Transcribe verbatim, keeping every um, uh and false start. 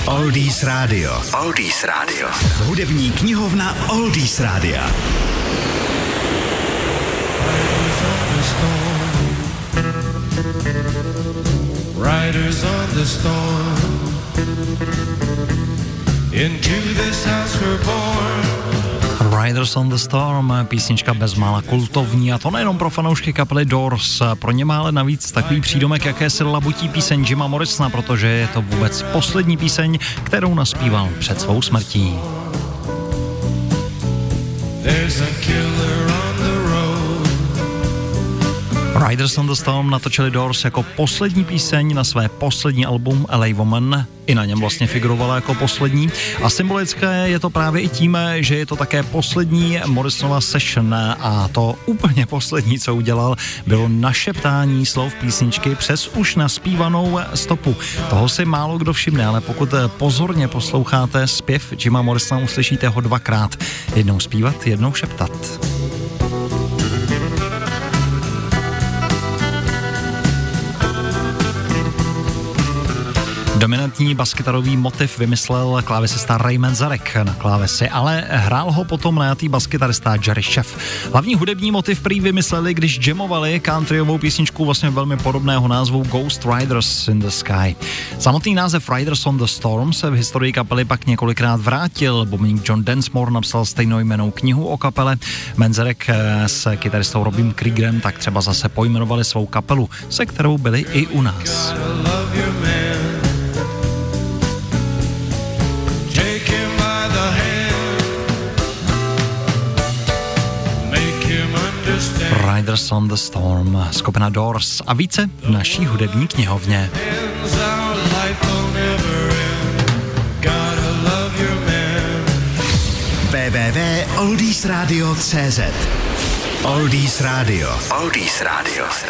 Oldies Radio. Oldies Radio. Hudební knihovna Oldies Rádia. Riders on the storm. Into this house we're born. Riders on the Storm, písnička bezmála kultovní, a to nejenom pro fanoušky kapely Doors. Pro ně má ale navíc takový přídomek jakési labutí píseň Jima Morrisona, protože je to vůbec poslední píseň, kterou naspíval před svou smrtí. There's a killer on the road. Riders on the Storm natočili Doors jako poslední píseň na své poslední album L A Woman. I na něm vlastně figurovala jako poslední. A symbolické je to právě i tím, že je to také poslední Morrisonova session, a to úplně poslední, co udělal, bylo našeptání slov písničky přes už naspívanou stopu. Toho si málo kdo všimne, ale pokud pozorně posloucháte zpěv Jima Morrisona, uslyšíte ho dvakrát. Jednou zpívat, jednou šeptat. Dominantní baskytarový motiv vymyslel klávesista Ray Manzarek na klávesi, ale hrál ho potom najatý baskytarista Jerry Sheff. Hlavní hudební motiv prý vymysleli, když jamovali countryovou písničku vlastně velmi podobného názvu Ghost Riders in the Sky. Samotný název Riders on the Storm se v historii kapely pak několikrát vrátil. Bubeník John Densmore napsal stejnojmennou knihu o kapele. Manzarek s kytaristou Robim Kriegerem tak třeba zase pojmenovali svou kapelu, se kterou byli i u nás. Riders on the Storm, skupina Doors, a více v naší hudební knihovně. w w w tečka oldies radio tečka cz Oldies Radio. Oldies Radio.